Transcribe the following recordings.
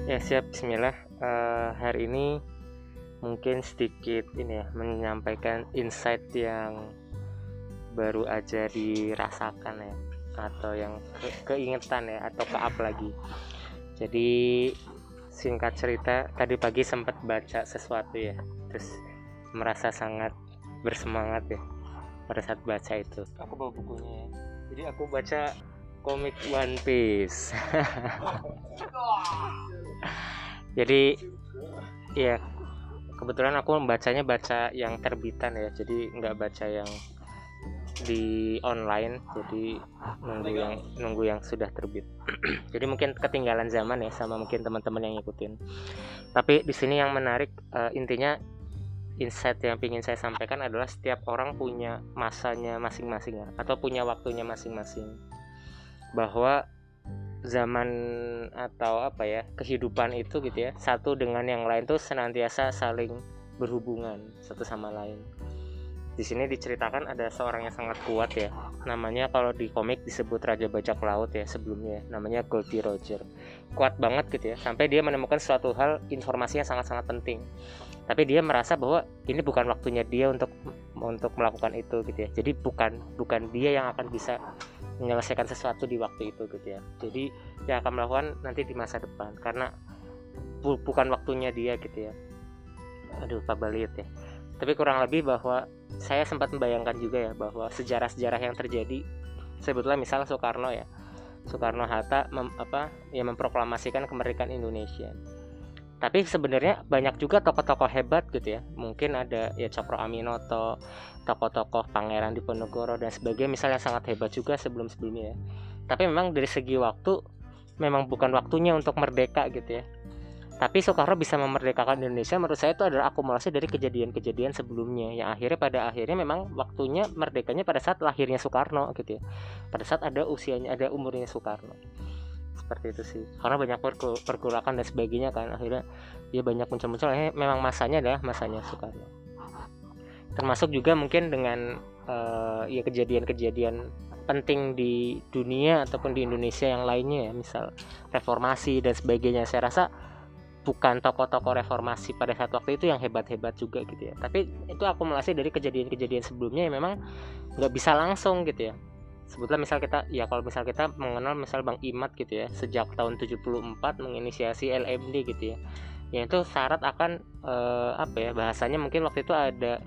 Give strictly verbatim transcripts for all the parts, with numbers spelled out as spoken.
Ya siap, bismillah. Eh, hari ini mungkin sedikit ini ya, menyampaikan insight yang baru aja dirasakan ya, atau yang ke keingetan ya, atau ke-up lagi. Jadi singkat cerita, tadi pagi sempat baca sesuatu ya, terus merasa sangat bersemangat ya pada saat baca itu. Aku bawa bukunya ya. Jadi aku baca komik One Piece. Jadi ya kebetulan aku membacanya baca yang terbitan ya, jadi nggak baca yang di online, jadi nunggu yang nunggu yang sudah terbit. Jadi mungkin ketinggalan zaman ya, sama mungkin teman-teman yang ngikutin. Tapi di sini yang menarik, uh, intinya insight yang ingin saya sampaikan adalah setiap orang punya masanya masing-masing ya, atau punya waktunya masing-masing. Bahwa zaman atau apa ya, kehidupan itu gitu ya, satu dengan yang lain tuh senantiasa saling berhubungan satu sama lain. Di sini diceritakan ada seorang yang sangat kuat ya, namanya kalau di komik disebut Raja Bajak Laut ya sebelumnya, namanya Goldie Roger. Kuat banget gitu ya, sampai dia menemukan suatu hal, informasi yang sangat-sangat penting, tapi dia merasa bahwa ini bukan waktunya dia untuk untuk melakukan itu gitu ya. Jadi bukan bukan dia yang akan bisa menyelesaikan sesuatu di waktu itu gitu ya. Jadi dia akan melakukan nanti di masa depan, karena bu, bukan waktunya dia gitu ya. Aduh, Pak Baliut ya. Tapi kurang lebih bahwa saya sempat membayangkan juga ya, bahwa sejarah-sejarah yang terjadi sebetulnya misal Soekarno ya, Soekarno Hatta mem, apa ya memproklamasikan kemerdekaan Indonesia. Tapi sebenarnya banyak juga tokoh-tokoh hebat gitu ya. Mungkin ada ya Cokro Aminoto, tokoh-tokoh Pangeran Diponegoro dan sebagainya misalnya, sangat hebat juga sebelum-sebelumnya ya. Tapi memang dari segi waktu memang bukan waktunya untuk merdeka gitu ya. Tapi Soekarno bisa memerdekakan Indonesia, menurut saya itu adalah akumulasi dari kejadian-kejadian sebelumnya, yang akhirnya pada akhirnya memang waktunya merdekanya pada saat lahirnya Soekarno gitu ya, pada saat ada usianya, ada umurnya Soekarno. Seperti itu sih, karena banyak pergolakan dan sebagainya kan, akhirnya dia banyak muncul-muncul. Akhirnya memang masanya adalah masanya Soekarno. Termasuk juga mungkin dengan uh, ya kejadian-kejadian penting di dunia ataupun di Indonesia yang lainnya ya, misal reformasi dan sebagainya. Saya rasa bukan tokoh-tokoh reformasi pada saat waktu itu yang hebat-hebat juga gitu ya, tapi itu akumulasi dari kejadian-kejadian sebelumnya yang memang nggak bisa langsung gitu ya. Sebutlah misal kita ya, kalau misal kita mengenal misal Bang Imad gitu ya, sejak tahun tujuh puluh empat menginisiasi L M D gitu ya, yang itu syarat akan eh, apa ya bahasanya, mungkin waktu itu ada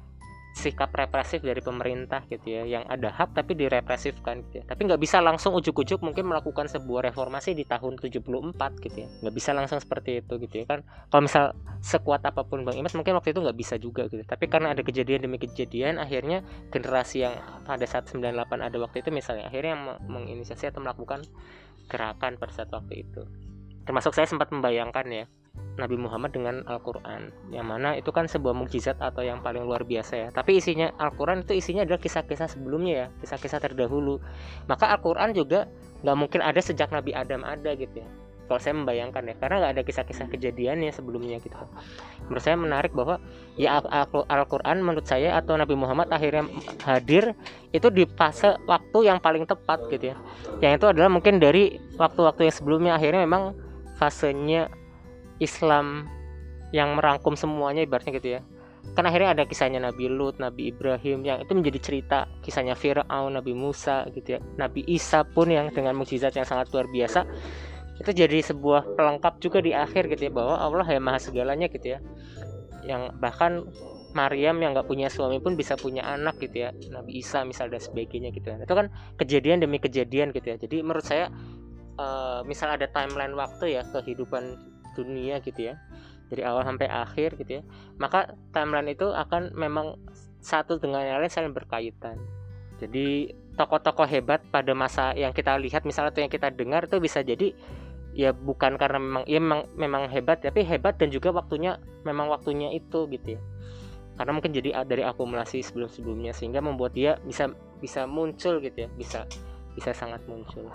sikap represif dari pemerintah gitu ya, yang ada hak tapi direpresifkan gitu ya. Tapi nggak bisa langsung ujuk-ujuk mungkin melakukan sebuah reformasi di tahun tujuh puluh empat gitu ya, nggak bisa langsung seperti itu gitu ya kan. Kalau misal sekuat apapun Bang Imas mungkin waktu itu nggak bisa juga gitu, tapi karena ada kejadian demi kejadian, akhirnya generasi yang pada saat sembilan puluh delapan ada waktu itu misalnya, akhirnya menginisiasi atau melakukan gerakan pada saat waktu itu. Termasuk saya sempat membayangkan ya Nabi Muhammad dengan Al-Quran, yang mana itu kan sebuah mukjizat atau yang paling luar biasa ya. Tapi isinya Al-Quran itu isinya adalah kisah-kisah sebelumnya ya, kisah-kisah terdahulu. Maka Al-Quran juga nggak mungkin ada sejak Nabi Adam ada gitu ya, kalau saya membayangkan ya, karena nggak ada kisah-kisah kejadiannya sebelumnya gitu. Menurut saya menarik bahwa ya Al-Quran menurut saya atau Nabi Muhammad akhirnya hadir itu di fase waktu yang paling tepat gitu ya. Yang itu adalah mungkin dari waktu-waktu yang sebelumnya, akhirnya memang fasenya Islam yang merangkum semuanya ibaratnya gitu ya. Kan akhirnya ada kisahnya Nabi Lut, Nabi Ibrahim, yang itu menjadi cerita, kisahnya Fir'aun, Nabi Musa gitu ya, Nabi Isa pun yang dengan mukjizat yang sangat luar biasa. Itu jadi sebuah pelengkap juga di akhir gitu ya, bahwa Allah ya maha segalanya gitu ya. Yang bahkan Maryam yang gak punya suami pun bisa punya anak gitu ya, Nabi Isa misal dan sebagainya gitu ya. Itu kan kejadian demi kejadian gitu ya. Jadi menurut saya uh, misal ada timeline waktu ya kehidupan dunia gitu ya, dari awal sampai akhir gitu ya, maka timeline itu akan memang satu dengan yang lain saling berkaitan. Jadi tokoh-tokoh hebat pada masa yang kita lihat misalnya atau yang kita dengar itu bisa jadi ya bukan karena memang ya memang, memang hebat, tapi hebat dan juga waktunya memang waktunya itu gitu ya, karena mungkin jadi dari akumulasi sebelum-sebelumnya sehingga membuat dia bisa bisa muncul gitu ya, bisa bisa sangat muncul.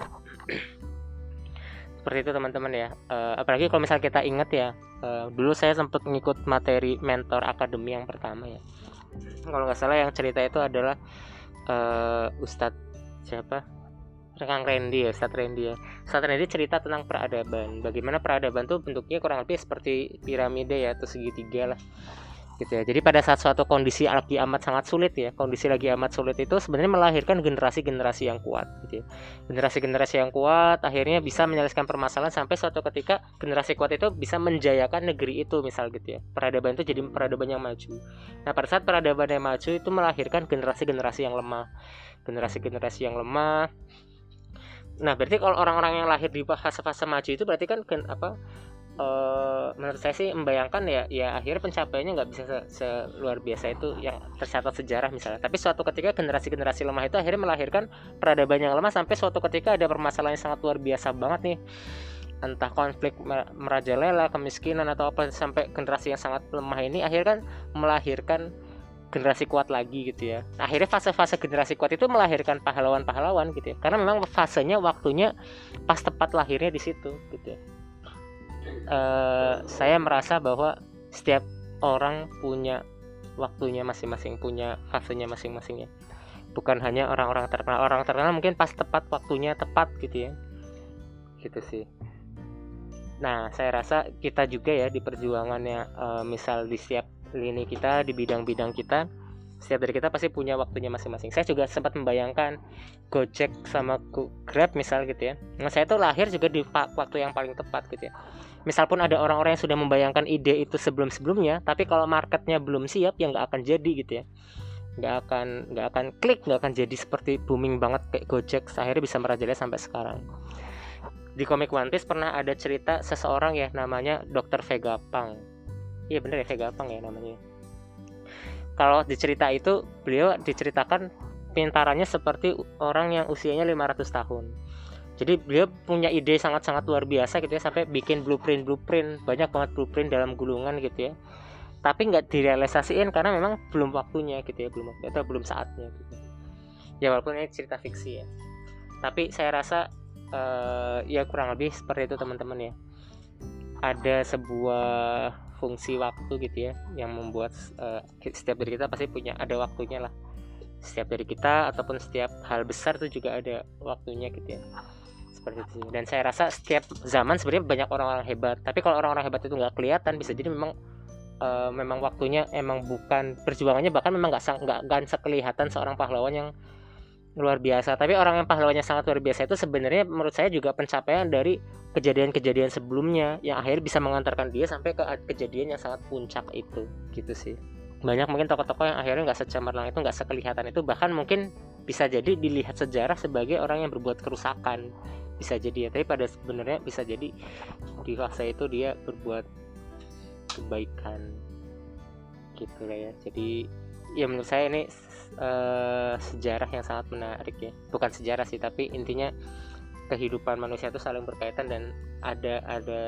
Seperti itu teman-teman ya. Uh, apalagi kalau misal kita ingat ya, uh, dulu saya sempat ngikut materi mentor akademi yang pertama ya. Kalau nggak salah yang cerita itu adalah uh, Ustadz siapa? Kang Randy ya, Ustadz Randy ya. Ustadz Randy cerita tentang peradaban. Bagaimana peradaban tuh bentuknya kurang lebih seperti piramida ya, atau segitiga lah. Gitu ya. Jadi pada saat suatu kondisi lagi amat sangat sulit ya, kondisi lagi amat sulit itu sebenarnya melahirkan generasi-generasi yang kuat gitu ya. Generasi-generasi yang kuat akhirnya bisa menyelesaikan permasalahan sampai suatu ketika generasi kuat itu bisa menjayakan negeri itu misal gitu ya. Peradaban itu jadi peradaban yang maju. Nah, pada saat peradaban yang maju itu melahirkan generasi-generasi yang lemah. Generasi-generasi yang lemah. Nah, berarti kalau orang-orang yang lahir di fase-fase maju itu berarti kan kan apa Uh, menurut saya sih membayangkan ya ya akhirnya pencapaiannya nggak bisa seluar biasa itu yang tercatat sejarah misalnya, tapi suatu ketika generasi-generasi lemah itu akhirnya melahirkan peradaban yang lemah sampai suatu ketika ada permasalahan yang sangat luar biasa banget nih, entah konflik merajalela, kemiskinan atau apa, sampai generasi yang sangat lemah ini akhirnya kan melahirkan generasi kuat lagi gitu ya. Akhirnya fase-fase generasi kuat itu melahirkan pahlawan-pahlawan gitu ya, karena memang fasenya waktunya pas tepat lahirnya di situ gitu ya. Uh, saya merasa bahwa setiap orang punya waktunya masing-masing, punya fasenya masing-masing ya. Bukan hanya orang-orang terkenal. Orang terkenal mungkin pas tepat waktunya tepat gitu ya. Gitu sih. Nah, saya rasa kita juga ya di perjuangannya, uh, misal di setiap lini kita, di bidang-bidang kita, setiap dari kita pasti punya waktunya masing-masing. Saya juga sempat membayangkan Gojek sama Grab misal gitu ya. Nah, saya tuh lahir juga di waktu yang paling tepat gitu ya. Misal pun ada orang-orang yang sudah membayangkan ide itu sebelum-sebelumnya, tapi kalau marketnya belum siap ya nggak akan jadi gitu ya, nggak akan nggak akan klik, nggak akan jadi seperti booming banget kayak Gojek akhirnya bisa merajalela sampai sekarang. Di komik One Piece pernah ada cerita seseorang ya namanya dokter Vegapunk. Iya bener ya, Vegapunk ya namanya. Kalau di cerita itu beliau diceritakan pintarannya seperti orang yang usianya lima ratus tahun. Jadi beliau punya ide sangat-sangat luar biasa gitu ya, sampai bikin blueprint-blueprint, banyak banget blueprint dalam gulungan gitu ya. Tapi nggak direalisasiin karena memang belum waktunya gitu ya, belum atau belum saatnya gitu. Ya walaupun ini cerita fiksi ya. Tapi saya rasa uh, ya kurang lebih seperti itu teman-teman ya. Ada sebuah fungsi waktu gitu ya yang membuat uh, setiap dari kita pasti punya ada waktunya lah. Setiap dari kita ataupun setiap hal besar itu juga ada waktunya gitu ya. Seperti itu. Dan saya rasa setiap zaman sebenarnya banyak orang-orang hebat, tapi kalau orang-orang hebat itu nggak kelihatan, bisa jadi memang uh, memang waktunya emang bukan perjuangannya, bahkan memang nggak nggak nggak sekelihatan seorang pahlawan yang luar biasa. Tapi orang yang pahlawannya sangat luar biasa itu sebenarnya menurut saya juga pencapaian dari kejadian-kejadian sebelumnya yang akhirnya bisa mengantarkan dia sampai ke kejadian yang sangat puncak itu gitu sih. Banyak mungkin tokoh-tokoh yang akhirnya nggak secemerlang itu, nggak sekelihatan itu, bahkan mungkin bisa jadi dilihat sejarah sebagai orang yang berbuat kerusakan, bisa jadi ya, tapi pada sebenarnya bisa jadi di fase itu dia berbuat kebaikan gitu lah ya. Jadi ya menurut saya ini uh, sejarah yang sangat menarik ya, bukan sejarah sih, tapi intinya kehidupan manusia itu saling berkaitan dan ada ada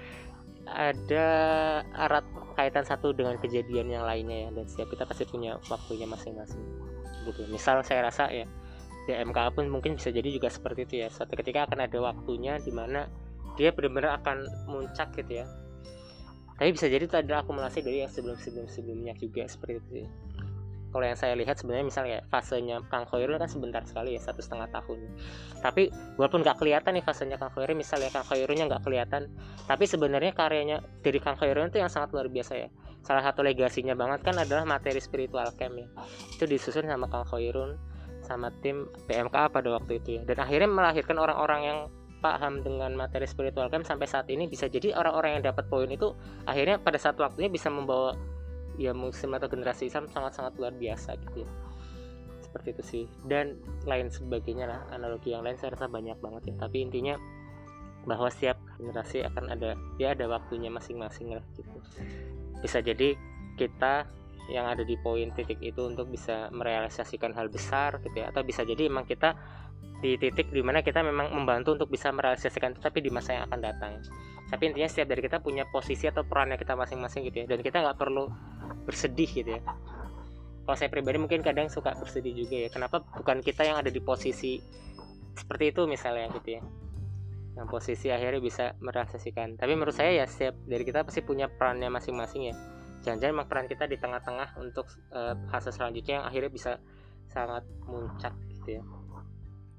ada erat kaitan satu dengan kejadian yang lainnya ya, dan setiap kita pasti punya waktunya masing-masing gitu. Misal saya rasa ya D M K pun mungkin bisa jadi juga seperti itu ya, suatu ketika akan ada waktunya di mana dia benar-benar akan muncak gitu ya, tapi bisa jadi itu adalah akumulasi dari yang sebelum-sebelum sebelumnya juga seperti itu sih. Kalau yang saya lihat sebenarnya misalnya fasenya Kang Khairul kan sebentar sekali ya, satu setengah tahun, tapi walaupun nggak kelihatan nih fasenya Kang Khairul, misalnya Kang Khairulnya nggak kelihatan, tapi sebenarnya karyanya dari Kang Khairul itu yang sangat luar biasa ya. Salah satu legasinya banget kan adalah materi spiritual camp ya, itu disusun sama Kang Khairul sama tim P M K A pada waktu itu ya, dan akhirnya melahirkan orang-orang yang paham dengan materi spiritual camp sampai saat ini. Bisa jadi orang-orang yang dapat poin itu akhirnya pada saat waktunya bisa membawa ya muslim atau generasi Islam sangat-sangat luar biasa gitu ya, seperti itu sih, dan lain sebagainya lah, analogi yang lain saya rasa banyak banget ya, tapi intinya bahwa setiap generasi akan ada ya ada waktunya masing-masing lah gitu. Bisa jadi kita yang ada di poin titik itu untuk bisa merealisasikan hal besar gitu ya, atau bisa jadi memang kita di titik dimana kita memang membantu untuk bisa merealisasikan itu tapi di masa yang akan datang. Tapi intinya setiap dari kita punya posisi atau perannya kita masing-masing gitu ya, dan kita nggak perlu bersedih gitu ya. Kalau saya pribadi mungkin kadang suka bersedih juga ya, kenapa bukan kita yang ada di posisi seperti itu misalnya gitu ya, yang posisi akhirnya bisa merealisasikan. Tapi menurut saya ya setiap dari kita pasti punya perannya masing-masing ya, jangan-jangan memang peran kita di tengah-tengah untuk uh, fase selanjutnya yang akhirnya bisa sangat muncak gitu ya.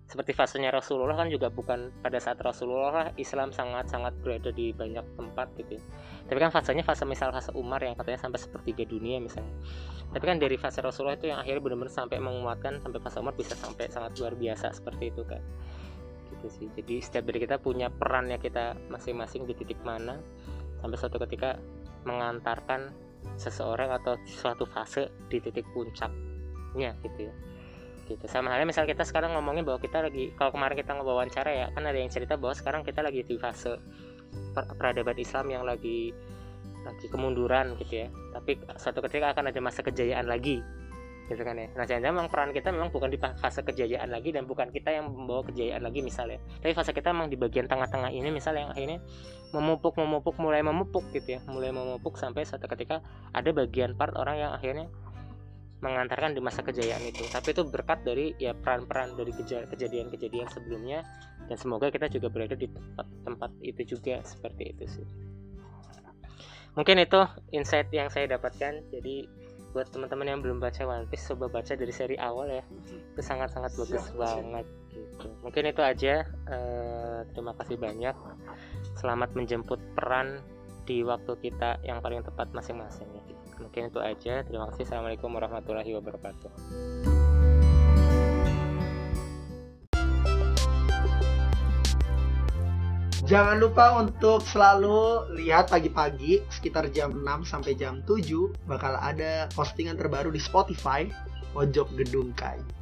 seperti fasenya Rasulullah kan juga bukan pada saat Rasulullah lah Islam sangat-sangat berada di banyak tempat gitu ya. Tapi kan fasenya fase misal fase Umar yang katanya sampai sepertiga dunia misalnya. Tapi kan dari fase Rasulullah itu yang akhirnya benar-benar sampai menguatkan, sampai fase Umar bisa sampai sangat luar biasa seperti itu kan. Gitu sih. Jadi setiap dari kita punya perannya kita masing-masing di titik mana sampai suatu ketika mengantarkan seseorang atau suatu fase di titik puncaknya gitu ya. Gitu. Sama halnya misal kita sekarang ngomongin bahwa kita lagi, kalau kemarin kita ngewawancara ya kan ada yang cerita bahwa sekarang kita lagi di fase peradaban Islam yang lagi lagi kemunduran gitu ya, tapi suatu ketika akan ada masa kejayaan lagi gitu kan ya. Nah jangan-jangan memang peran kita memang bukan di fase kejayaan lagi dan bukan kita yang membawa kejayaan lagi misalnya, tapi fase kita memang di bagian tengah-tengah ini misalnya yang akhirnya memupuk memupuk mulai memupuk gitu ya, mulai memupuk sampai suatu ketika ada bagian part orang yang akhirnya mengantarkan di masa kejayaan itu. Tapi itu berkat dari ya peran-peran dari kejadian-kejadian sebelumnya, dan semoga kita juga berada di tempat-tempat itu juga seperti itu sih. Mungkin itu insight yang saya dapatkan. Jadi buat teman-teman yang belum baca One Piece, coba baca dari seri awal ya, itu sangat-sangat bagus siap, banget siap. Gitu. Mungkin itu aja. Uh, terima kasih banyak. Selamat menjemput peran di waktu kita yang paling tepat masing-masing ya. Mungkin itu aja. Terima kasih. Assalamualaikum warahmatullahi wabarakatuh. Jangan lupa untuk selalu lihat pagi-pagi sekitar jam enam sampai jam tujuh bakal ada postingan terbaru di Spotify Pojok Gedung Kai.